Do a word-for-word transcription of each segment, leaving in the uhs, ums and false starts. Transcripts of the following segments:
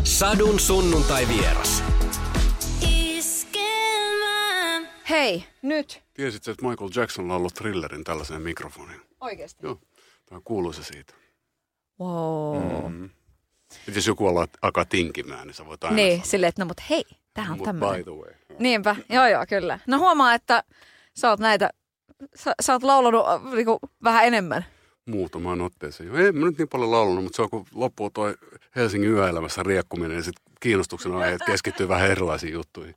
Sadun sunnuntai vieras. Hei, nyt. Tiesitkö, että Michael Jackson lauloi Thrillerin tällaiseen mikrofoniin? Oikeesti? Joo, tämä on kuuluisa siitä. Wow. Mm-hmm. Et jos joku alkaa tinkimään, niin sä voit aina Niin, sanoa. silleen, että no mut hei, tämähän on Mut tämmöinen. by the way. No. Niinpä, joo joo, kyllä. No huomaa, että sä oot näitä, sä, sä oot laulanut äh, niinku, vähän enemmän. Muutamaan otteeseen. Ei mä nyt niin paljon laulunut, mutta se on kun loppuu toi Helsingin yöelämässä riekkuminen ja sitten kiinnostuksen aiheet keskittyy vähän erilaisiin juttuihin.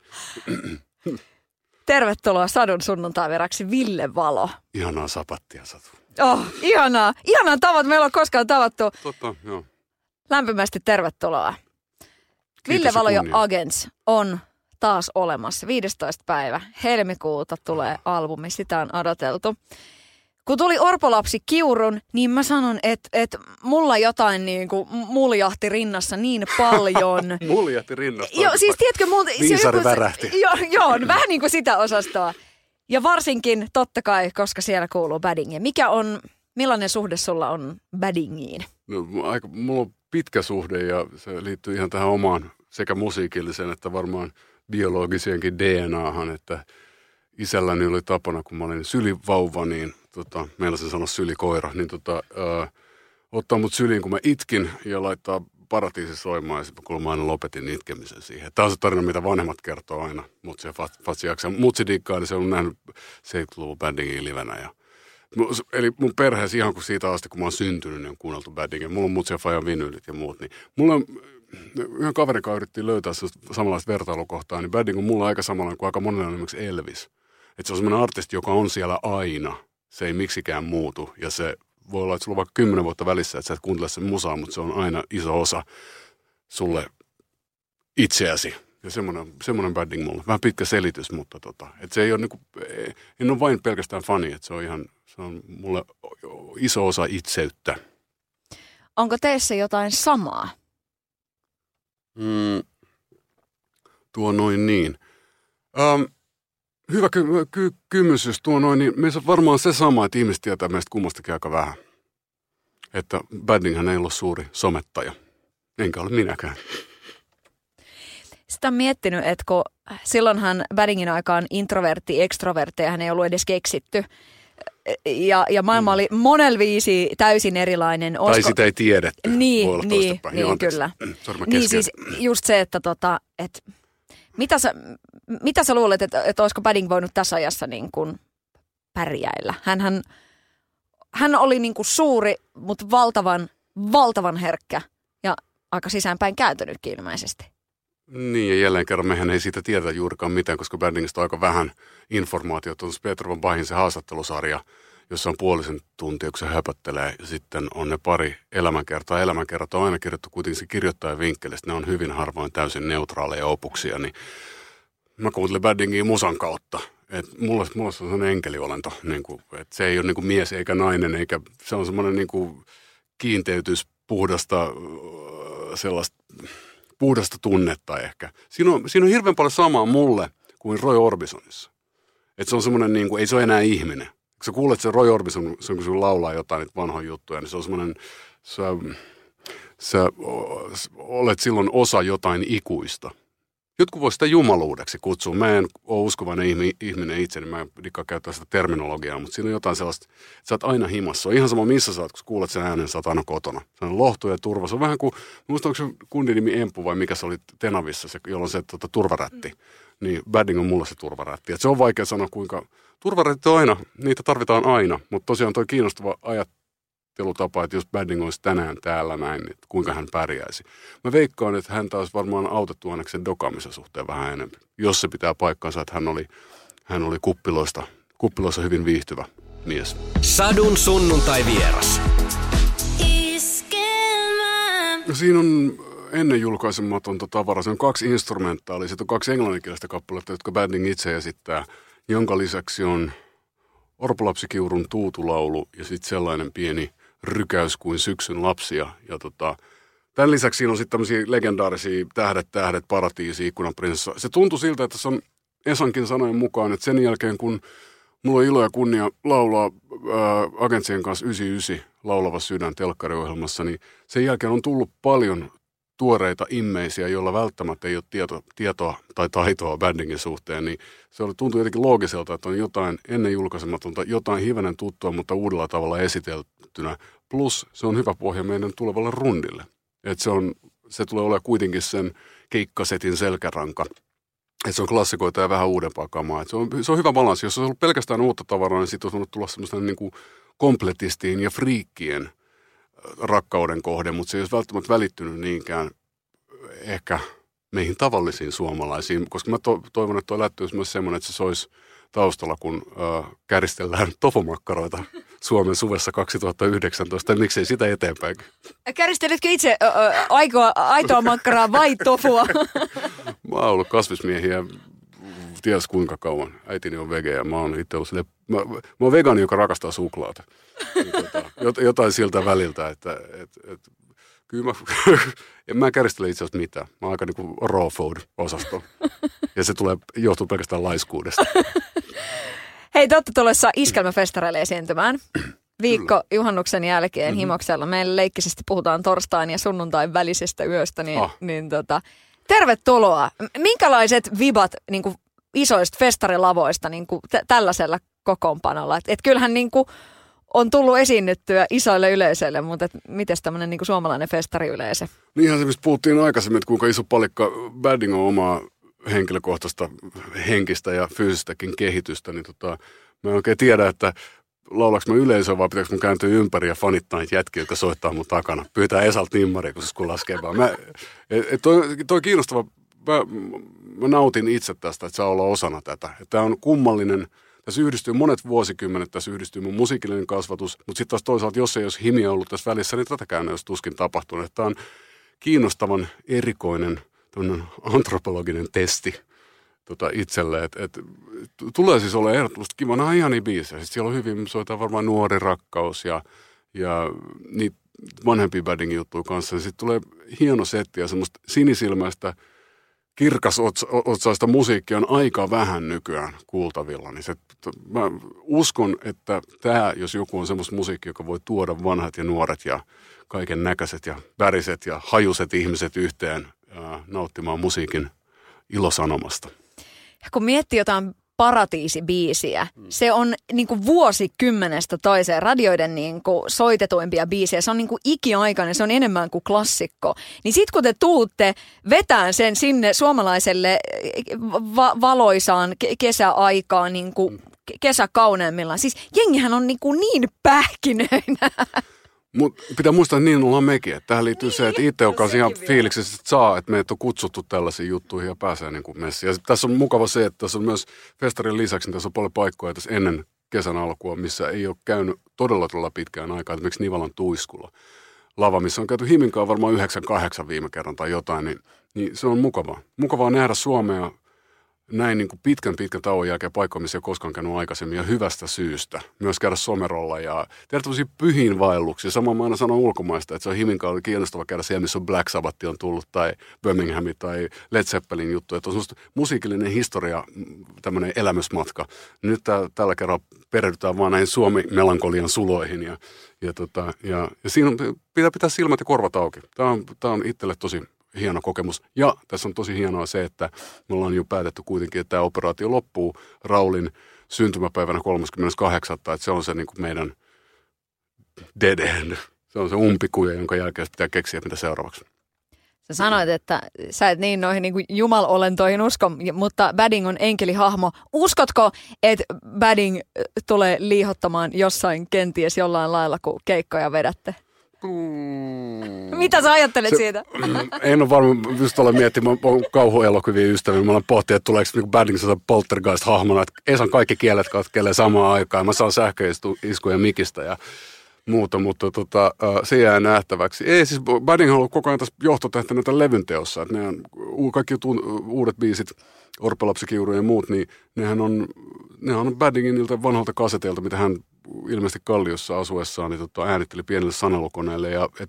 Tervetuloa Sadun sunnuntaiveraksi Ville Valo. Ihanaa sapattia, Satu. Oh, ihanaa. Ihanaa tavat. Meillä on koskaan tavattu. Totta, joo. Lämpimästi tervetuloa. Ville ja Valo ja kunnia. Agents on taas olemassa. viidestoista päivä helmikuuta tulee albumi. Sitä on odoteltu. Kun tuli Orpolapsi Kiurun, niin mä sanon, että, että mulla jotain niin kuin muljahti rinnassa niin paljon. Muljahti rinnasta. Joo, siis tiedätkö, multa... Viisari joku- värähti. Joo, joo, vähän niin kuin sitä osastoa. Ja varsinkin, totta kai, koska siellä kuuluu Baddingia. Mikä on, millainen suhde sulla on Baddingiin? No, aika, mulla on pitkä suhde ja se liittyy ihan tähän omaan sekä musiikilliseen että varmaan biologiseenkin D N Ahan, että isälläni oli tapana, kun mä olin sylivauva, niin tota, meinasin sanoa sylikoira, niin tota, ää, ottaa mut syliin, kun mä itkin ja laittaa paratiisi soimaan ja sitten kun mä aina lopetin itkemisen siihen. Tämä on se tarina, mitä vanhemmat kertoo aina, Mutsi ja Fatsi jaksaa. Mutsi dikkaa, niin se on nähnyt seitsemänkymmentäluvun Baddingia livenä. Ja, eli mun perheessä ihan kuin siitä asti, kun mä oon syntynyt, niin on kuunneltu Baddingia. Mulla on Mutsi ja Fajan vinyylit ja muut. Niin mulla on, yhden kaverin kanssa yritettiin löytää samanlaista vertailukohtaa, niin Badding on mulla aika samanlainen kuin aika monella esimerkiksi Elvis. Että se on semmoinen artisti, joka on siellä aina. Se ei miksikään muutu ja se voi olla, että sulla on vaikka kymmenen vuotta välissä, että sä et kuuntele sen musaa, mutta se on aina iso osa sulle itseäsi. Ja semmoinen, semmoinen Badding mulla. Vähän pitkä selitys, mutta tota, että se ei ole niinku, en ole vain pelkästään fani, että se on ihan, se on mulle iso osa itseyttä. Onko teissä jotain samaa? Mm, tuo noin niin. Um, Hyvä ky- ky- kymysys tuo noin, niin meissä on varmaan se sama, että ihmiset tietää meistä kummastakin aika vähän. Että Baddinghän ei ollut suuri somettaja, enkä ole minäkään. Sitä on miettinyt, että kun silloinhan Baddingin aikaan introvertti, ekstrovertti, hän ei ollut edes keksitty. Ja, ja maailma oli monella viisi täysin erilainen. Tai Olisiko... sitä ei tiedetty. Niin, Voi olla niin, toistepäin. niin Joo, anteeksi. kyllä. Sori, mä Niin keskeytin. siis just se, että tota, et, mitä, sä, mitä sä luulet, että, että olisiko Badding voinut tässä ajassa niin kuin pärjäillä? Hänhän, hän oli niin kuin suuri, mutta valtavan, valtavan herkkä ja aika sisäänpäin kääntynytkin ilmeisesti. Niin, ja jälleen kerran mehän ei siitä tiedetä juurikaan mitään, koska Baddingista on aika vähän informaatiota. On Peter von Bachin se haastattelusarja, jossa on puolisen tuntia, kun se höpöttelee. Ja sitten on ne pari elämänkertaa. Elämänkerrat on aina kirjoittu kuitenkin se kirjoittajan vinkkelistä. Ne on hyvin harvoin täysin neutraaleja opuksia. Niin mä kuuntelin Baddingia musan kautta. Et mulla, mulla on sellainen enkeliolento. Niin kuin, että se ei ole niin kuin mies eikä nainen, eikä se on semmoinen niin kuin kiinteytys, puhdasta sellaista... puhdasta tunnetta ehkä. Siinä on, siinä on hirveän paljon samaa mulle kuin Roy Orbisonissa. Että se on semmoinen, niin kuin, ei se ole enää ihminen. Kun sä kuulet sen Roy Orbison, se on kun sun laulaa jotain niitä vanhoja juttuja, niin se on semmoinen, sä, sä olet silloin osa jotain ikuista. Jotkut voi sitä jumaluudeksi kutsua. Mä en ole uskovainen ihminen itse, niin mä en dikkaa käyttää sitä terminologiaa, mutta siinä on jotain sellaista, että sä oot aina himassa. Se on ihan sama, missä sä oot, kun kuulet sen äänen, sä oot aina kotona. Se on lohtu ja turva. Se on vähän kuin, muista onko se kundin nimi Empu vai mikä se oli Tenavissa, se, jolloin se tota, turvarätti. Niin Badding on mulla se turvarätti. Et se on vaikea sanoa, kuinka turvarätti on aina, niitä tarvitaan aina, mutta tosiaan toi kiinnostava ajattelutapa, että jos Badding olisi tänään täällä näin, niin kuinka hän pärjäisi. Mä veikkaan, että häntä olisi varmaan autettu ainakin sen dokaamisen suhteen vähän enemmän, jos se pitää paikkansa, että hän oli, hän oli kuppiloista, kuppiloissa hyvin viihtyvä mies. Sadun sunnuntai vieras. No, siinä on ennen julkaisematonta tavaraa. Se on kaksi instrumentaalia, sitten on kaksi englanninkielistä kappaletta, jotka Badding itse esittää, jonka lisäksi on Orpolapsi Kiurun tuutulaulu ja sitten sellainen pieni rykäys kuin Syksyn lapsia. Ja tota, tämän lisäksi siinä on sitten tämmöisiä legendaarisia tähdet, tähdet, paratiisi, ikkunanprinsessa. Se tuntui siltä, että se on Esankin sanojen mukaan, että sen jälkeen kun mulla on ilo ja kunnia laulaa ää, Agentsien kanssa yhdeksänkymmentäyhdeksän laulava sydän telkkariohjelmassa, niin sen jälkeen on tullut paljon tuoreita immeisiä, joilla välttämättä ei ole tieto, tietoa tai taitoa bändingin suhteen, niin se tuntuu jotenkin loogiselta, että on jotain ennen julkaisematonta, jotain hivenen tuttua, mutta uudella tavalla esiteltynä. Plus se on hyvä pohja meidän tulevalle rundille. Että se, on, se tulee olemaan kuitenkin sen keikkasetin selkäranka. Että se on klassikoita ja vähän uudempaa kamaa. Se on, se on hyvä balanssi. Jos se on ollut pelkästään uutta tavaraa, niin sitten on voinut tulla semmoista niin kuin kompletistien ja friikkien rakkauden kohde, mutta se ei olisi välttämättä välittynyt niinkään ehkä meihin tavallisiin suomalaisiin, koska mä to, toivon, että tuo lätty olisi myös semmoinen, että se soisi taustalla, kun ö, käristellään tofumakkaroita Suomen suvessa kaksituhattayhdeksäntoista, miksei sitä eteenpäin. Käristelitkö itse ö, ö, aitoa, aitoa makkaraa vai tofua? Mä oon ollut kasvismiehiä ties kuinka kauan. Äitini on vege ja mä oon itse ollut silleen, mä, mä oon vegaani, joka rakastaa suklaata. Niin, tota, jotain siltä väliltä, että et, et, kyllä mä, en mä käristele itse asiassa mitään. Mä oon aika niinku raw food-osasto. Ja se tulee, johtuu pelkästään laiskuudesta. Hei, te olette tulossa Iskelmäfestareille esiintymään. Viikko Kyllä. juhannuksen jälkeen mm-hmm. Himoksella. Meillä leikkisesti puhutaan torstain ja sunnuntain välisestä yöstä, niin, ah. niin tota, tervetuloa. Minkälaiset vibat niin kuin isoista festarilavoista niin kuin t- tällaisella kokoonpanolla? Et, et kyllähän niin kuin on tullut esiinnyttyä isoille yleisöille, mutta miten tämmöinen niin kuin suomalainen festariyleisö? Niinhän se, mistä puhuttiin aikaisemmin, että kuinka iso palikka Badding on omaa henkilökohtaista henkistä ja fyysistäkin kehitystä, niin tota, mä en oikein tiedä, että laulaks mä yleisöä vai pitääkö mun kääntyä ympäri ja fanittaa niitä jätkiä, jotka soittaa mun takana. Pyytää Esalta nimmaria, kun se kun laskee vaan. Mä, et toi, toi kiinnostava, mä, mä nautin itse tästä, että saa olla osana tätä. Tämä on kummallinen, tässä yhdistyy monet vuosikymmenet, tässä yhdistyy mun musiikillinen kasvatus, mutta sitten taas toisaalta, jos ei olisi himiä ollut tässä välissä, niin tätäkään ei olisi tuskin tapahtunut. Tämä on kiinnostavan erikoinen antropologinen testi tota, itselle, että et, tulee siis olla ehdottomasti kiva. Nämä on ihania biisejä. Sitten siellä on hyvin, soitaan varmaan Nuori rakkaus ja, ja niitä vanhempia Baddingin juttuja kanssa. Sitten tulee hieno setti ja semmoista sinisilmäistä, kirkasotsaista musiikkia on aika vähän nykyään kuultavilla. Niin se, mä uskon, että tämä, jos joku on semmoista musiikkia, joka voi tuoda vanhat ja nuoret ja kaiken näköiset ja väriset ja hajuset ihmiset yhteen ää, nauttimaan musiikin ilosanomasta. Kun miettii jotain Paratiisi-biisiä, mm. se on niin kuin vuosikymmenestä toiseen radioiden niin kuin soitetuimpia biisejä. Se on niin kuin ikiaikainen, se on enemmän kuin klassikko. Niin sit kun te tuutte vetään sen sinne suomalaiselle va- valoisaan ke- kesäaikaan, niin kuin kesäkauneimmillaan. Siis jengihän on niin, kuin niin pähkinöinä. Mutta pitää muistaa, että niin ollaan mekin. Että tähän liittyy niin, se, että itse on kanssa ihan fiiliksessä, että saa, että meitä on kutsuttu tällaisiin juttuihin ja pääsee niin kuin messiin. Ja tässä on mukava se, että tässä on myös festarin lisäksi, niin tässä on paljon paikkoja tässä ennen kesän alkua, missä ei ole käynyt todella todella pitkään aikaa. Esimerkiksi Nivalan Tuiskulla lava, missä on käyty Himinkaan varmaan yhdeksän kahdeksan viime kerran tai jotain, niin, niin se on mukavaa. Mukavaa nähdä Suomea näin niin kuin pitkän pitkän tauon jälkeen paikkoja, missä ei ole koskaan käynyt aikaisemmin ja hyvästä syystä. Myös käydä somerolla ja tehdä tämmöisiä pyhiinvaelluksia. Samoin mä aina sanon ulkomaista, että se on Himinkaan oli kiinnostava käydä siellä, missä on Black Sabbath on tullut tai Birmingham tai Led Zeppelin juttu. Että on semmoista musiikillinen historia, tämmöinen elämysmatka. Nyt tää, tällä kerralla perehdytään vaan näihin Suomi-melankolian suloihin ja, ja, tota, ja, ja siinä pitää pitää silmät ja korvat auki. Tämä on, tää on itselle tosi hieno kokemus. Ja tässä on tosi hienoa se, että me ollaan jo päätetty kuitenkin, että tämä operaatio loppuu Raulin syntymäpäivänä kolmaskymmenes kahdeksas Että se on se niin kuin meidän dead end. Se on se umpikuja, jonka jälkeen pitää keksiä, mitä seuraavaksi. Sä sanoit, että sä et niin noihin niin kuin jumalolentoihin usko, mutta Badding on enkelihahmo. Uskotko, että Badding tulee liihottamaan jossain kenties jollain lailla, kun keikkoja vedätte? Mm. Mitä sä ajattelet se, siitä? En ole varma, just olen miettimään, mä oon kauhuelokuvia ystäviä, mä olen pohtinut, että tuleeko niin Badding poltergeist-hahmona, että Esan kaikki kielet katkelee samaan aikaan, mä saan sähköiskuja mikistä ja muuta, mutta tota, se jää nähtäväksi. Ei siis, Badding on ollut koko ajan tässä johtotehtävänä tämän levyn teossa, että ne on kaikki uudet biisit, Orpelapsikiuru ja muut, niin nehän on, nehän on Baddingin niiltä vanhalta kaseteilta, mitä hän ilmeisesti Kalliossa asuessaan niin tota, äänitteli pienelle sanelukoneelle. Ja, et,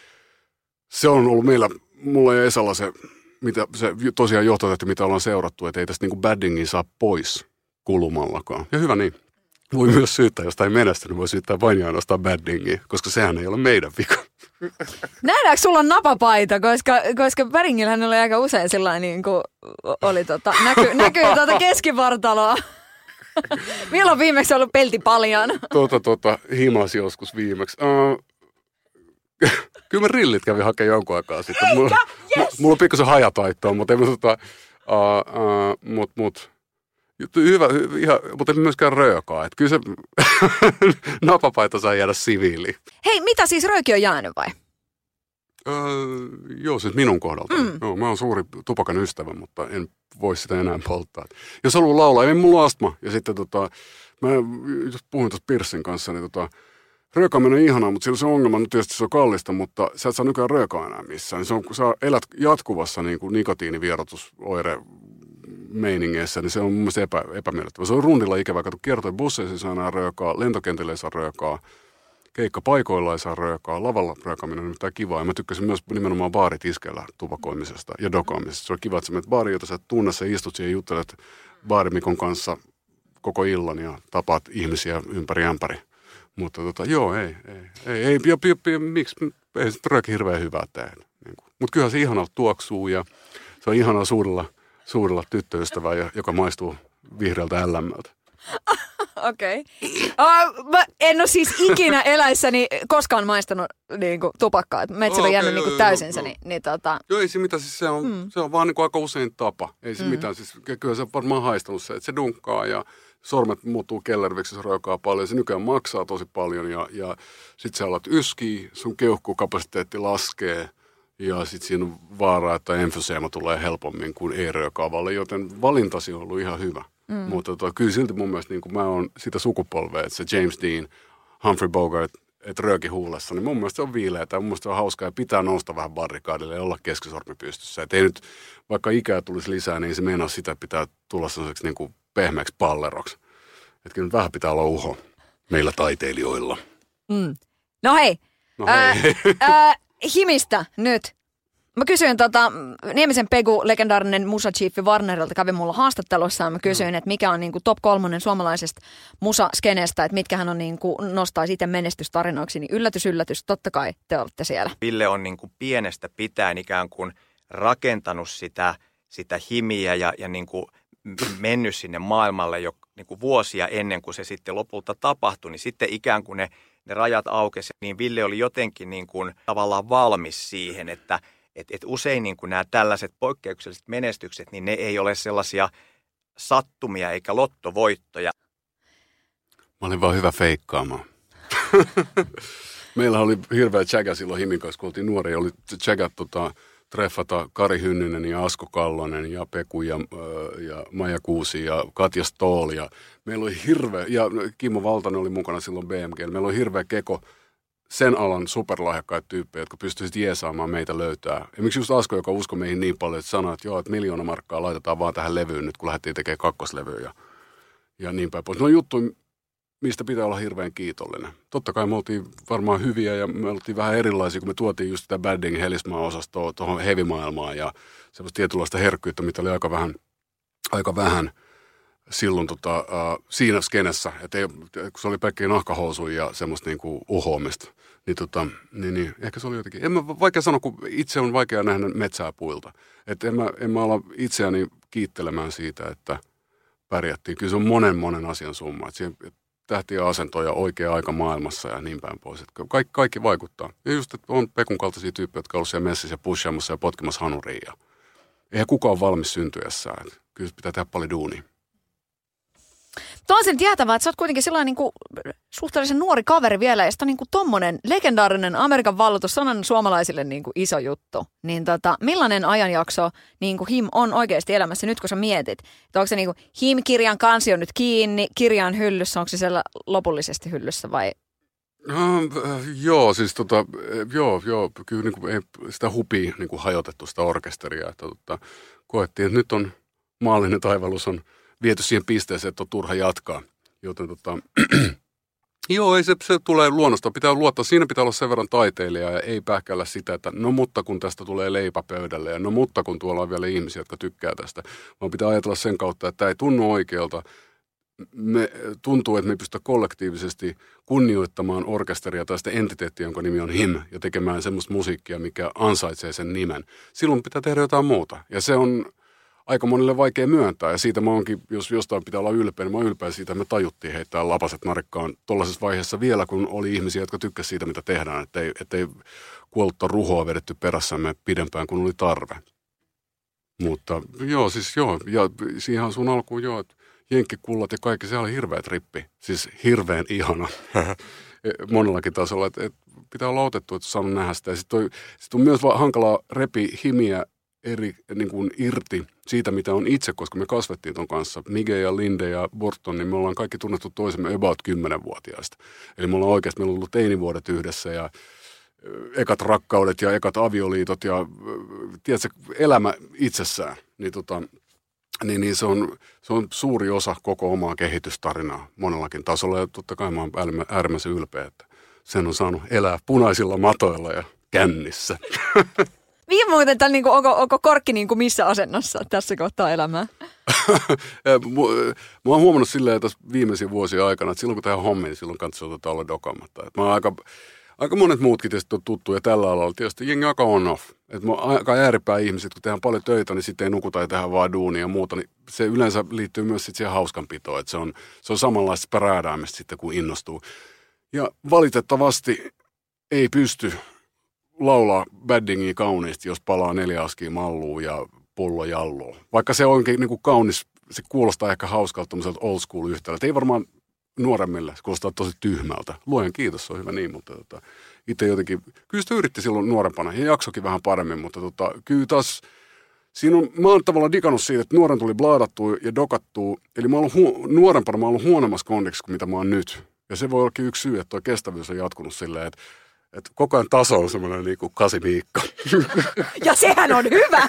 se on ollut meillä, mulla ja Esalla se, mitä, se tosiaan johtotehtävä, mitä ollaan seurattu, että ei tästä niin kuin Baddingin saa pois kulumallakaan. Ja hyvä niin. voi myös syyttää, jos ei menestynyt, voi syyttää vain ja ainoastaan Baddingia, koska sehän ei ole meidän vika. Nähdäänkö sulla on napapaita, koska, koska Baddingillähän oli aika usein sellainen, niin kuin oli tota, näkyy, näkyy tuota keskivartaloa. Milloin viimeksi ollut pelti paljon? Tuota, tuota, himasi joskus viimeksi. Uh, kyllä mä rillit kävin hakemaan jonkun aikaa sitten. Mulla, yes! mulla on pikkusen hajataittoa, mutta ei tota, uh, uh, mut, mut, hyvä, ihan, mutta ei myöskään röökaa. Että kyllä se napapaita saa jäädä siviiliin. Hei, mitä siis rööki on jäänyt vai? Öö, joo, siis minun kohdalta. Mm. Joo, mä oon suuri tupakan ystävä, mutta en voi sitä enää polttaa. Jos haluaa laulaa, ei mulla astma. Ja sitten tota, mä just puhuin tuossa Pirssin kanssa, niin tota, röökaaminen on ihanaa, mutta sillä se ongelma, no tietysti se on kallista, mutta sä et saa nykyään röökaa enää missään. Niin se on, kun sä elät jatkuvassa niin kuin nikotiinivierotusoire meiningeissä, niin se on mun mielestä epä, epämiellyttävä. Se on rundilla ikävä. Kato, kiertoi busseissa ei saa enää röökaa, lentokentillä ei saa röökaa, keikkapaikoilla ei saa röökaa, lavalla röökaaminen on mitään kivaa. Ja mä tykkäsin myös nimenomaan baaritiskellä tupakoimisesta ja dokaamisesta. Se on kiva, että sä menet baariin, jota sä tunne, sä istut siihen ja juttelet baarimikon kanssa koko illan ja tapaat ihmisiä ympäri ämpäri. Mutta tota, joo, ei, ei, ei, ei ja, ja, ja, miksi, ei se rööki hirveän hyvää tee. Niin mutta kyllähän se ihanaa tuoksuu ja se on ihanaa suurella, suurella tyttöystävää, joka maistuu vihreältä älämmältä. Okei. Okay. Uh, mä en ole siis ikinä eläissäni koskaan maistanut niin kuin, tupakkaa. Metsä on okay, jäänyt niin kuin, täysinsä. Niin, niin, tota... Joo, ei se mitään. Siis se, on, mm. se on vaan niin kuin, aika usein tapa. Ei se mm. mitään. Siis, kyllä se on varmaan haistanut se, että se dunkkaa ja sormet muuttuu kellerviksi, se röökaa paljon. Se nykyään maksaa tosi paljon ja, ja sitten sä alat yskiä, sun keuhkokapasiteetti laskee. Ja sitten siinä on vaaraa, että emfyseema tulee helpommin kuin ei-röökaavalle, joten valintasi on ollut ihan hyvä. Mm. Mutta tota, kyllä silti mun mielestä niin kun mä oon sitä sukupolvea, että se James Dean, Humphrey Bogart, että rööki huulessa, niin mun mielestä se on viileä tai mun mielestä se on hauskaa ja pitää nousta vähän barrikaadille ja olla keskisormi pystyssä. Että ei nyt, vaikka ikää tulisi lisää, niin se meinaa sitä, että pitää tulla sellaiseksi niin kuin pehmeäksi palleroksi. Että kyllä nyt vähän pitää olla uho meillä taiteilijoilla. Mm. No hei, no hei. Ää, ää, Himistä nyt. Mä kysyin tota, Niemisen Pegu, legendaarinen musachieffi Warnerilta, kävi mulla haastattelussa ja mä kysyin, että mikä on niinku top kolmonen suomalaisesta musaskenestä, että mitkä hän on niinku nostaa itse menestystarinoiksi, niin yllätys, yllätys, totta kai te olette siellä. Ville on niinku pienestä pitäen ikään kuin rakentanut sitä, sitä himiä ja, ja niinku mennyt sinne maailmalle jo niinku vuosia ennen kuin se sitten lopulta tapahtui, niin sitten ikään kuin ne, ne rajat aukesi, niin Ville oli jotenkin niin kuin tavallaan valmis siihen, että Et, et usein niin kuin nämä tällaiset poikkeukselliset menestykset, niin ne ei ole sellaisia sattumia eikä lottovoittoja. Mä olin vaan hyvä feikkaamaan. Meillä oli hirveä tsägä silloin Himin kanssa, kun oltiin nuoria. Oli tsägät tota, treffata Kari Hynnynen ja Asko Kallonen ja Peku ja, äh, ja Maija Kuusi ja Katja Stoll. Ja meillä oli hirveä, ja Kimmo Valtanen oli mukana silloin B M G. Meillä oli hirveä keko. Sen alan superlahjakkaita tyyppejä, jotka pystyisivät jeesaamaan meitä löytää. Esimerkiksi just Asko, joka uskoi meihin niin paljon, että sanoi, että joo, että miljoona markkaa laitetaan vaan tähän levyyn nyt, kun lähdettiin tekemään kakkoslevyä ja, ja niin päin pois. No juttu, mistä pitää olla hirveän kiitollinen. Totta kai me oltiin varmaan hyviä ja me oltiin vähän erilaisia, kun me tuotiin just sitä Badding Helismaa-osastoa tuohon heavy-maailmaan ja semmoista tietynlaista herkkyyttä, mitä oli aika vähän, aika vähän silloin tota, uh, siinä skenessä, että ei, kun se oli pelkkiä nahkahousuja ja semmoista niinku uhoamista, niin, tota, niin, niin ehkä se oli jotenkin, en mä vaikea sanoa, kun itse on vaikea nähdä metsää puilta. Että en mä, en mä ala itseäni kiittelemään siitä, että pärjättiin. Kyllä se on monen monen asian summa, että siihen tähtiä asentoja oikea aika maailmassa ja niin päin pois. Että kaikki, kaikki vaikuttaa. Ja just, että on Pekun kaltaisia tyyppejä, jotka on ollut siellä messissä ja pushaamassa ja potkimassa hanuriin. Ja eihän kukaan ole valmis syntyessään. Kyllä pitää tehdä paljon duunia. Tuo on sen jäätävää, että sä oot kuitenkin sellainen niin kuin, suhteellisen nuori kaveri vielä, ja sitten on niin kuin tommonen legendaarinen Amerikan valloitus, sanan suomalaisille niin kuin iso juttu. Niin tota, millainen ajanjakso niin kuin Him on oikeasti elämässä nyt, kun sä mietit? Että onko se niin kuin Him-kirjan kansi on nyt kiinni, kirja on hyllyssä, onko se siellä lopullisesti hyllyssä vai? No, äh, joo, siis tota, äh, joo, joo, kyllä niin kuin, ei sitä hupia niin kuin hajotettu sitä orkesteria, että tota, koettiin, että nyt on maallinen taivallus on viety siihen pisteeseen, että on turha jatkaa. Joten tota, joo, ei se, se tulee luonnosta. Pitää luottaa, siinä pitää olla sen verran taiteilija ja ei pähkällä sitä, että no mutta kun tästä tulee leipä pöydälle ja no mutta kun tuolla on vielä ihmisiä, jotka tykkää tästä. Vaan pitää ajatella sen kautta, että tämä ei tunnu oikealta. me tuntuu, että me ei pystytä kollektiivisesti kunnioittamaan orkesteria tai sitä entiteettiä, jonka nimi on Him, ja tekemään semmoista musiikkia, mikä ansaitsee sen nimen. Silloin pitää tehdä jotain muuta. Ja se on aika monille vaikea myöntää. Ja siitä mä oonkin, jos jostain pitää olla ylpeä, niin mä oon ylpeä siitä, että me tajuttiin heittää lapaset narikkaan tuollaisessa vaiheessa vielä, kun oli ihmisiä, jotka tykkäsivät siitä, mitä tehdään. Että ei, ettei kuollutta ruhoa vedetty perässämme pidempään, kun oli tarve. Mutta joo, siis joo. Ja siihen sun alkuun joo, että jenkkikullat ja kaikki, se oli hirveä trippi. Siis hirveän ihana monellakin tasolla, että, että pitää olla otettu, että saanut nähdä sitä. Ja sitten sit on myös hankalaa repi Himiä eri, niin kuin irti siitä, mitä on itse, koska me kasvettiin ton kanssa. Mige ja Linde ja Borton, niin me ollaan kaikki tunnettu toisemme about kymmenvuotiaista. Eli me ollaan oikeasti, meillä on ollut teinivuodet yhdessä ja ekat rakkaudet ja ekat avioliitot ja tiedätkö, elämä itsessään. Niin tota... Niin, niin se, on, se on suuri osa koko omaa kehitystarinaa monellakin tasolla. Ja totta kai mä oon äärimmäisen ylpeä, että sen on saanut elää punaisilla matoilla ja kännissä. Mihin muuten, tämän, niin kuin, onko, onko korkki niin kuin missä asennossa tässä kohtaa elämää? Mä oon huomannut silleen tässä viimeisiä vuosia aikana, että silloin kun tehdään hommia, niin silloin kannattaa tota olla dokamatta. Mä oon aika... Aika monet muutkin tietysti on tuttuja tällä alalla. Tietysti jengi aika on-off. Että aika ääripää ihmiset, kun tehdään paljon töitä, niin sitten ei nukuta ja tehdään vaan duunia ja muuta. Niin se yleensä liittyy myös sitten siihen hauskanpitoon. Että se on, se on samanlaista spräädäämistä sitten, kun innostuu. Ja valitettavasti ei pysty laulaa baddingia kauniisti, jos palaa neljä askia malluun ja pullo jalluun. Vaikka se onkin niin kuin kaunis, se kuulostaa ehkä hauskalta tämmöiseltä old school yhtälöltä. Ei varmaan nuoremmille, se kuulostaa tosi tyhmältä. Luojan kiitos, se on hyvä niin, mutta tota, itse jotenkin, kyllä sitä yritti silloin nuorempana ja jaksokin vähän paremmin, mutta tota, kyllä taas, siinä on, mä oon tavallaan digannut siitä, että nuoren tuli blaadattua ja dokattua, eli mä oon hu- nuorempana mä oon ollut huonommassa kondeksissa kuin mitä mä oon nyt. Ja se voi ollakin yksi syy, että tuo kestävyys on jatkunut silleen, että, että koko ajan taso on semmoinen niin kuin kasimiikka. Ja sehän on hyvä!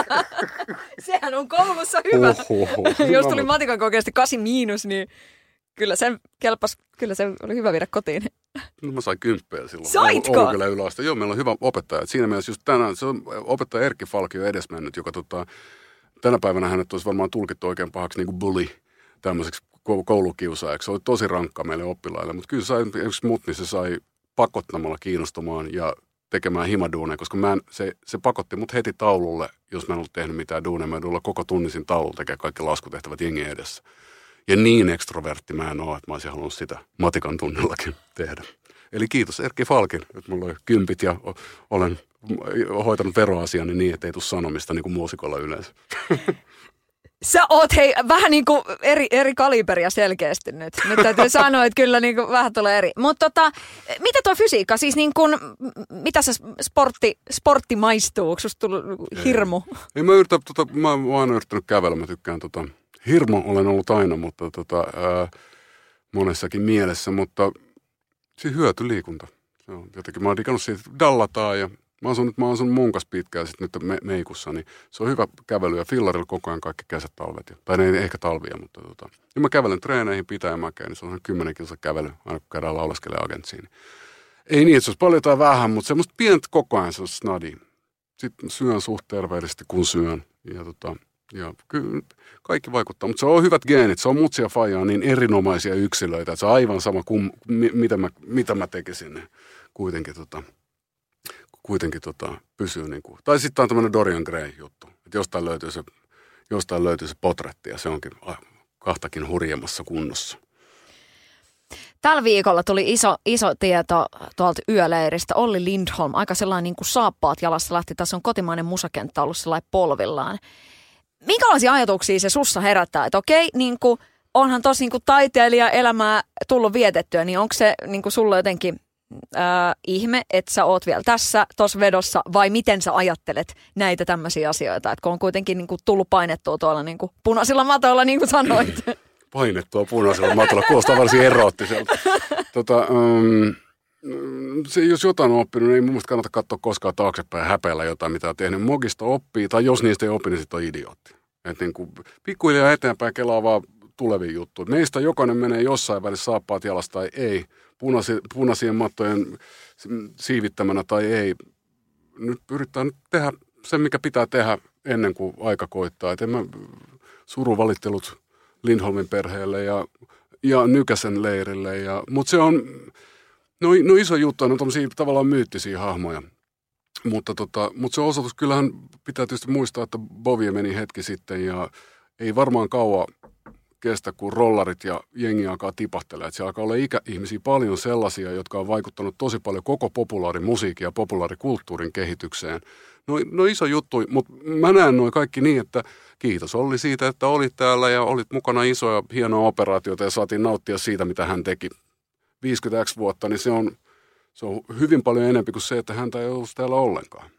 Sehän on koulussa hyvä! Ohoho. Jos tuli matikan kokeasti kasi miinus, niin Kyllä se kelpas, kyllä se oli hyvä viedä kotiin. No mä sain kymppeä silloin. Saitko? Oulun kyllä yläaste. Joo, meillä on hyvä opettaja. Et siinä mielessä just tänään, se on opettaja Erkki Falki on edesmennyt, joka tota, tänä päivänä hänet olisi varmaan tulkittu oikein pahaksi niin kuin bully, tämmöiseksi koulukiusaajaksi. Se oli tosi rankka meille oppilaille, mutta kyllä sai, yksi mut, niin se sai pakottamalla kiinnostumaan ja tekemään himaduuneja, koska mä en, se, se pakotti mut heti taululle, jos mä en ollut tehnyt mitään duuneja. Mä en ollut koko tunnisin taululla tekemään kaikki laskutehtävät jengin edessä. Ja niin ekstrovertti mä en ole, että mä olisin halunnut sitä matikan tunnillakin tehdä. Eli kiitos Erkki Falkin, että mulla oli kympit ja olen hoitanut veroasiani niin, että ei tule sanomista niin kuin muusikolla yleensä. Sä oot hei vähän niin kuin eri, eri kaliberia selkeästi nyt. Nyt täytyy sanoa, että kyllä niin kuin vähän tulee eri. Mutta tota, mitä tuo fysiikka? Siis niin kuin, mitä se sportti, sportti maistuu? Onko susta tullut hirmu? Ei, ei mä yritä, tota, mä oon aina yrittänyt kävellä, mä tykkään tota... Hirmu olen ollut aina, mutta tota, ää, monessakin mielessä, mutta se hyötyliikunta. Se on jotenkin, mä oon digannut siitä, dallataan ja mä asun nyt, mä asun munkas pitkään sitten nyt me, meikussa, niin se on hyvä kävely ja fillarilla koko ajan kaikki kesät, talvet. Tai ne ei ehkä talvia, mutta tota, ja mä kävelen treeneihin Pitäjämäkeen, niin se on kymmenen kilsa kävely, aina kun käydään laulaskelemaan agentsiin. Niin ei niin, että se olisi paljon tai vähän, mutta semmoista pientä koko ajan se on snadi. Sitten syön suht terveellisesti, kun syön ja tota... Ja kyllä kaikki vaikuttaa, mutta se on hyvät geenit. Se on mutsi ja faijaa niin erinomaisia yksilöitä, että se on aivan sama kuin mitä mä, mitä mä tekisin. Niin kuitenkin, tota, kuitenkin tota, pysyy niin kuin. Tai sitten on tämmöinen Dorian Gray juttu, että jostain löytyy se, jostain löytyy se potretti ja se onkin kahtakin hurjemmassa kunnossa. Tällä viikolla tuli iso, iso tieto tuolta yöleiristä. Olli Lindholm, aika sellainen niin kuin saappaat jalassa lähti. Tässä on kotimainen musakenttä ollut sellainen polvillaan. Minkälaisia ajatuksia se sussa herättää? Että okei, niin kuin, onhan tosi niin kuin taiteilija elämää tullut vietettyä, niin onko se niin kuin sulla jotenkin ää, ihme, että sä oot vielä tässä, tossa vedossa, vai miten sä ajattelet näitä tämmöisiä asioita? Että kun on kuitenkin niin kuin tullut painettua tuolla niin kuin punaisilla matoilla, niin kuin sanoit. Painettua punaisilla matoilla, kuulostaa varsin eroottiselta. Tota, um... Se, jos jotain on oppinut, niin ei mun mielestä kannata katsoa koskaan taaksepäin ja häpeillä jotain, mitä on tehnyt. Mogista oppii, tai jos niistä ei opi, niin sitten on idiootti. Että niin kuin pikkuhiljaa eteenpäin kelaa vaan tulevia juttuja. Meistä jokainen menee jossain välissä saappaat jalasta tai ei. Punasi, punaisien mattojen siivittämänä tai ei. Nyt yritetään tehdä sen, mikä pitää tehdä ennen kuin aika koittaa. Et en mä suruvalittelut Lindholmin perheelle ja, ja Nykäsen leirille. Ja, mutta se on, no, no iso juttu, ne on tommosia tavallaan myyttisiä hahmoja. Mutta, tota, mutta se osoitus, kyllähän pitää tietysti muistaa, että Bovie meni hetki sitten ja ei varmaan kauan kestä, kun rollarit ja jengi alkaa tipahtelemaan. Siellä alkaa olla ikäihmisiä paljon sellaisia, jotka on vaikuttanut tosi paljon koko populaarimusiikin ja populaarikulttuurin kehitykseen. No, no iso juttu, mutta mä näen noin kaikki niin, että kiitos Olli siitä, että olit täällä ja olit mukana isoja hienoja operaatioita ja saatiin nauttia siitä, mitä hän teki viisikymmentä vuotta, niin se on, se on hyvin paljon enemmän kuin se, että häntä ei ollut täällä ollenkaan.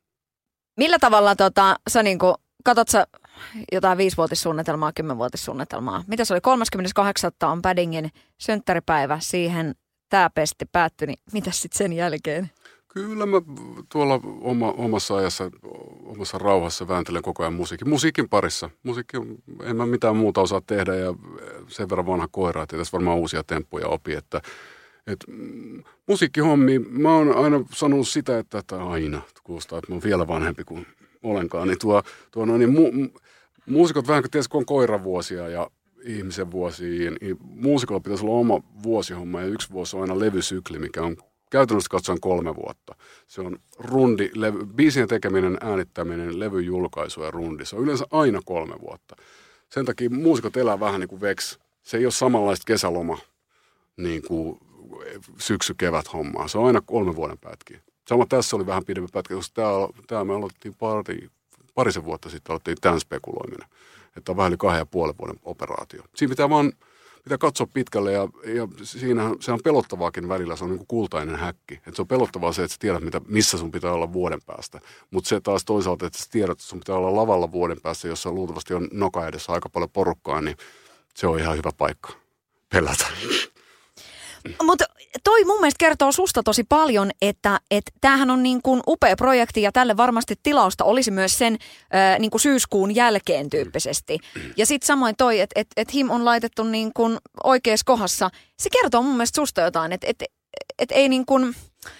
Millä tavalla tota, sä niinku, katot sä jotain viisivuotissuunnitelmaa, kymmenvuotissuunnitelmaa? Mitä se oli? kolmaskymmeneskahdeksas on Paddingin synttäripäivä, siihen tää pesti päättyi, niin mitäs sitten sen jälkeen? Kyllä mä tuolla oma, omassa ajassa, omassa rauhassa vääntelen koko ajan musiikin. Musiikin parissa. Musiikki, en mä mitään muuta osaa tehdä ja sen verran vanha koira, että ei tässä varmaan uusia temppuja opi. Että, et, musiikkihommi, mä oon aina sanonut sitä, että, että aina, kuulostaa, että mä oon vielä vanhempi kuin olenkaan. Niin tuo, tuo no niin, mu, muusikot vähän kuin tietysti, kun on koiravuosia ja ihmisen vuosia, niin muusikolla pitäisi olla oma vuosihomma ja yksi vuosi on aina levysykli, mikä on käytännössä katsoen kolme vuotta. Se on rundi, levy, biisien tekeminen, äänittäminen, levyn julkaisu ja rundi. Se on yleensä aina kolme vuotta. Sen takia muusikot elää vähän niin kuin veks. Se ei ole samanlaista kesäloma niin kuin syksy-kevät hommaa. Se on aina kolmen vuoden pätkiä. Sama tässä oli vähän pidempi pätkä, koska täällä, täällä me aloitettiin pari, parisen vuotta sitten aloitettiin tämän spekuloiminen. Että on vähän yli kahden ja puolen vuoden operaatio. Siinä pitää vaan pitää katsoa pitkälle ja, ja siinähän se on pelottavaakin välillä, se on niin kuin kultainen häkki. Että se on pelottavaa se, että sä tiedät, mitä, missä sun pitää olla vuoden päästä. Mutta se taas toisaalta, että sä tiedät, että sun pitää olla lavalla vuoden päästä, jossa luultavasti on noka edessä aika paljon porukkaa, niin se on ihan hyvä paikka pelätä. Mutta toi mun mielestä kertoo susta tosi paljon, että et tämähän on niin kuin upea projekti ja tälle varmasti tilausta olisi myös sen äh, niin kuin syyskuun jälkeen tyyppisesti. Ja sitten samoin toi, että et, et him on laitettu niin kuin oikeassa kohdassa. Se kertoo mun mielestä susta jotain, että et, et ei niin kuin,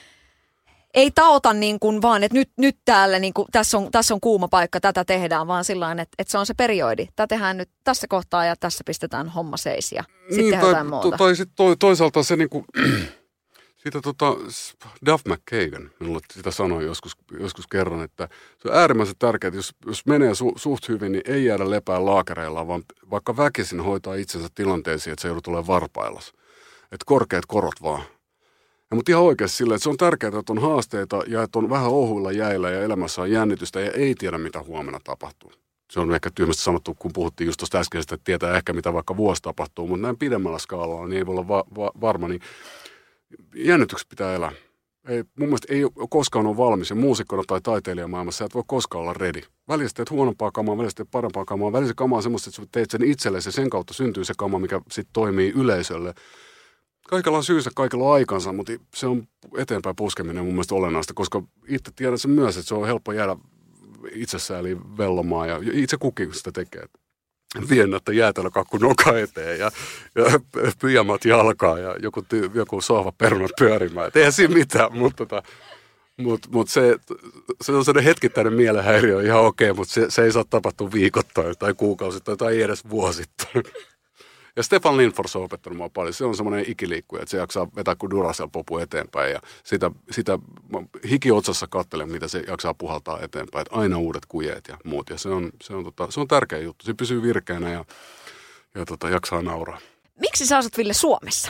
ei taota niin kuin vaan, että nyt, nyt täällä niin kuin, tässä, on, tässä on kuuma paikka, tätä tehdään, vaan sillä tavalla, että, että se on se periodi. Tätä tehdään nyt tässä kohtaa ja tässä pistetään homma seis ja sitten niin, tehdään tai, jotain muuta. To, tai sitten to, toisaalta se niinku, siitä tota, Duff McKagan, minulle sitä sanoi joskus, joskus kerran, että se on äärimmäisen tärkeää, että jos, jos menee su, suht hyvin, niin ei jäädä lepää laakereilla, vaan vaikka väkisin hoitaa itsensä tilanteisiin, että se joudut tulemaan varpaillas. Että korkeat korot vaan. Ja, mutta ihan oikeasti silleen, että se on tärkeää, että on haasteita ja että on vähän ohuilla jäillä ja elämässä on jännitystä ja ei tiedä, mitä huomenna tapahtuu. Se on ehkä tyhmästi sanottu, kun puhuttiin just tuosta äskeisestä, että tietää ehkä, mitä vaikka vuosi tapahtuu, mutta näin pidemmällä skaalalla niin ei voi olla va- va- varma, niin jännityksessä pitää elää. Ei, mun mielestä ei koskaan ole valmis ja muusikkona tai taiteilijamaailmassa et voi koskaan olla ready. Välillä teet huonompaa kamaa, välillä teet parempaa kamaa, välillä se kamaa on semmoista, että teet sen itsellesi ja sen kautta syntyy se kama, mikä sitten toimii yleisölle. Kaikella on syynsä, kaikella on aikansa, mutta se on eteenpäin puskeminen mun mielestä olennaista, koska itse tiedän sen myös, että se on helppo jäädä itsessään eli vellomaan ja itse kukin sitä tekee. Viennättä jäätelö kakku noka eteen ja, ja pyjamat jalkaa ja joku, ty, joku sohva perunat pyörimään. Et eihän siinä mitään, mutta tota, mut, mut se, se on sellainen hetkittäinen mielenhäiriö ihan okei, mutta se, se ei saa tapahtua viikoittain tai kuukausittain tai edes vuosittain. Ja Stefan Lindfors on opettanut mua paljon. Se on semmoinen ikiliikkuja, että se jaksaa vetää kuin Duracell-popu eteenpäin. Ja sitä, sitä hikiotsassa katselen, mitä se jaksaa puhaltaa eteenpäin. Että aina uudet kujeet ja muut. Ja se on, se on, tota, se on tärkeä juttu. Se pysyy virkeänä ja, ja tota, jaksaa nauraa. Miksi sä asut, Ville, Suomessa?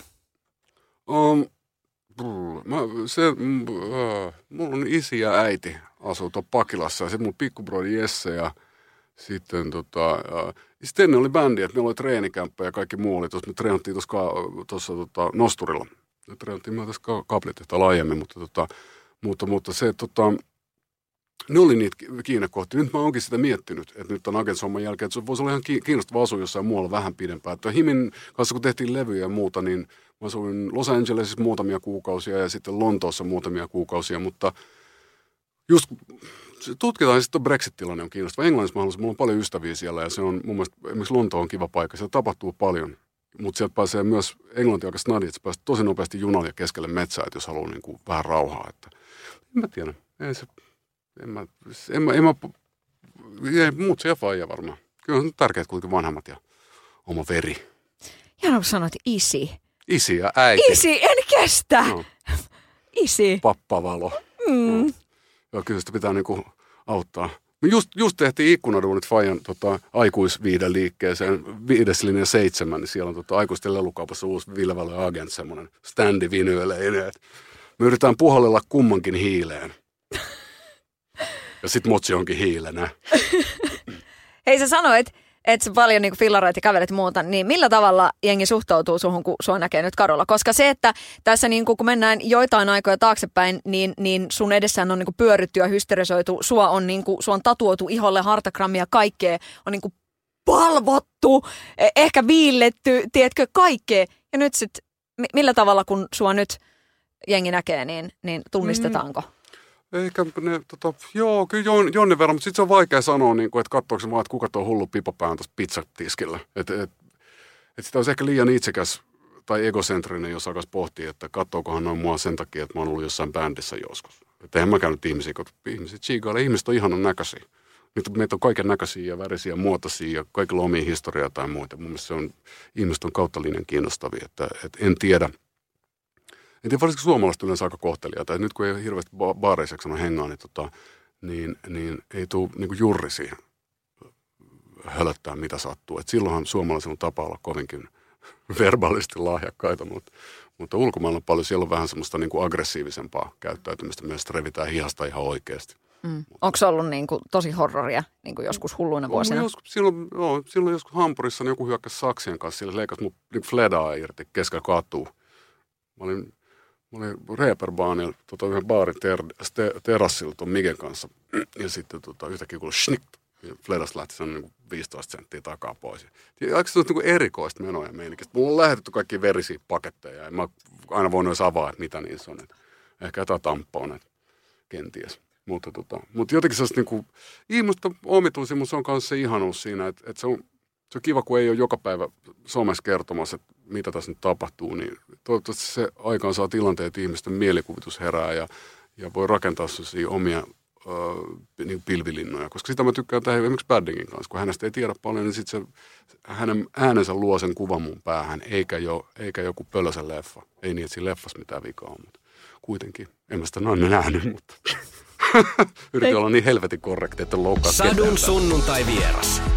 Um, mä, se, uh, mulla on isi ja äiti asuu tuon Pakilassa. Ja sitten mun pikkubrodi Jesse ja sitten tota... Uh, Sitten ennen oli bändi, että meillä oli treenikämppä ja kaikki muu oli tuossa. Me treenattiin tuossa tota, Nosturilla. Me treenattiin myös tässä Kaapelitehtaalla aiemmin, mutta, tota, mutta, mutta se, tota, ne oli niitä kiinnekohtia. Nyt mä oonkin sitä miettinyt, että nyt on Agents-homman jälkeen, että se voisi olla ihan kiinnostava asua jossain muualla vähän pidempään. Että Himin kanssa kun tehtiin levyjä ja muuta, niin mä asuin Los Angelesissa muutamia kuukausia ja sitten Lontoossa muutamia kuukausia, mutta just tutkitaan sitten Brexit-tilanne on kiinnostava. Englannissa mä haluaisin, mulla on paljon ystäviä siellä ja se on mun mielestä, esimerkiksi Lonto on kiva paikka, siellä tapahtuu paljon. Mutta sieltä pääsee myös englanti aika snadi, että sä pääset tosi nopeasti junalle keskelle metsää, että jos haluaa niin kuin vähän rauhaa. Että, en mä tiedä, ei se, en mä, en mä, en mä ei, muut se ja faija varmaan. Kyllä on tärkeät kuitenkin vanhemmat ja oma veri. Ihan kun sanoit isi. Isi ja äiti. Isi, en kestä. No. Isi. Pappavalo. Mm. No. Joo, kyllä sitä pitää niinku auttaa. Me just, just tehtiin ikkunaduunit Fajan tota, aikuisviiden liikkeeseen, viides linja seitsemän, niin siellä on tota, aikuisten lelukaupassa uusi Vilvelö Agent, semmoinen standi vinyyleinen. Me yritetään puhallella kummankin hiileen. Ja sit motsi onkin hiilenä. Hei, sä sanoit, että sä paljon niin fillaroit ja kävelet ja muuta, niin millä tavalla jengi suhtautuu suhun, kun sua näkee nyt kadulla? Koska se, että tässä niin kun mennään joitain aikoja taaksepäin, niin, niin sun edessään on niin pyöritty ja hysterisoitu, sua on, niin kuin, sua on tatuoitu iholle hartagrammia, kaikkea on niin kuin palvottu, ehkä viilletty, tiedätkö, kaikkea. Ja nyt sitten, millä tavalla kun sua nyt jengi näkee, niin, niin tunnistetaanko? Mm. Eikä ne, tota, joo, kyllä jon, jonne verran, mutta sitten se on vaikea sanoa, niin kuin, että katsoako se vaan, että kuka tuo hullu pipapään tuossa pizzatiskillä. Että et, et sitä olisi ehkä liian itsekäs tai egocentrinen, jos alkaisi pohtia, että katsookohan noin mua sen takia, että mä oon ollut jossain bändissä joskus. Että eihän mä käynyt ihmisiä, kun ihmiset chigaille, ihmiset on ihanan näköisiä. Meitä on kaiken näköisiä ja värisiä ja muotoisia ja kaikilla on omia historiaa tai muita. Mun mielestä se on, ihmiset on kautta linjan kiinnostavia, että, että en tiedä. En tiedä, varsinkin suomalaiset yleensä aika kohteliaita. Nyt kun ei hirveästi ba- baareiseksi on hengaa, niin, tota, niin, niin ei tule niin jurri siihen hölöttää, mitä sattuu. Et silloinhan suomalaisilla on tapa olla kovinkin verbaalisesti lahjakkaita, mutta, mutta ulkomailla on paljon, siellä on vähän semmoista niin kuin aggressiivisempaa käyttäytymistä. Myös revitään hihasta ihan oikeasti. Mm. Onko se ollut niin kuin tosi horroria niin kuin joskus hulluina vuosina? Joskus, silloin, joo, silloin joskus Hampurissa niin joku hyökkäsi saksien kanssa, sillä leikkasi mun niin fledaa irti keskellä katua. Mä olin... Mä olin Reeperbaanilla tota, yhden baarin ter, ter, terassilla tuon Miken kanssa. Ja sitten tota, yhtäkkiä kuului schnikt. Ja Fledas lähti sen niin viisitoista senttiä takaa pois. Ja aika se on niin erikoista menoja meininkin. Mulla on lähetetty kaikki verisiä paketteja. Ja mä aina voin edes avaa, että mitä niissä on. Et ehkä jotain tamponeet kenties. Mutta, tota, mutta jotenkin se on niin kuin, ihmistä omituisia, mutta se on myös se ihanuus siinä, että, että se on... Se on kiva, kun ei ole joka päivä somessa kertomassa, että mitä tässä nyt tapahtuu, niin toivottavasti se aikaan saa tilanteet, että ihmisten mielikuvitus herää ja, ja voi rakentaa sellaisia omia äh, niin pilvilinnoja. Koska sitä mä tykkään tehdä esimerkiksi Baddingin kanssa, kun hänestä ei tiedä paljon, niin sitten se hänen äänensä luo sen kuvan mun päähän, eikä, jo, eikä joku pölösen leffa. Ei niin, että siinä leffassa mitään vikaa on, mutta kuitenkin. En mä sitä noin nähnyt, mutta yritin olla niin helvetin korrekti, että loukkaa ketään. Sadun sunnuntai vieras.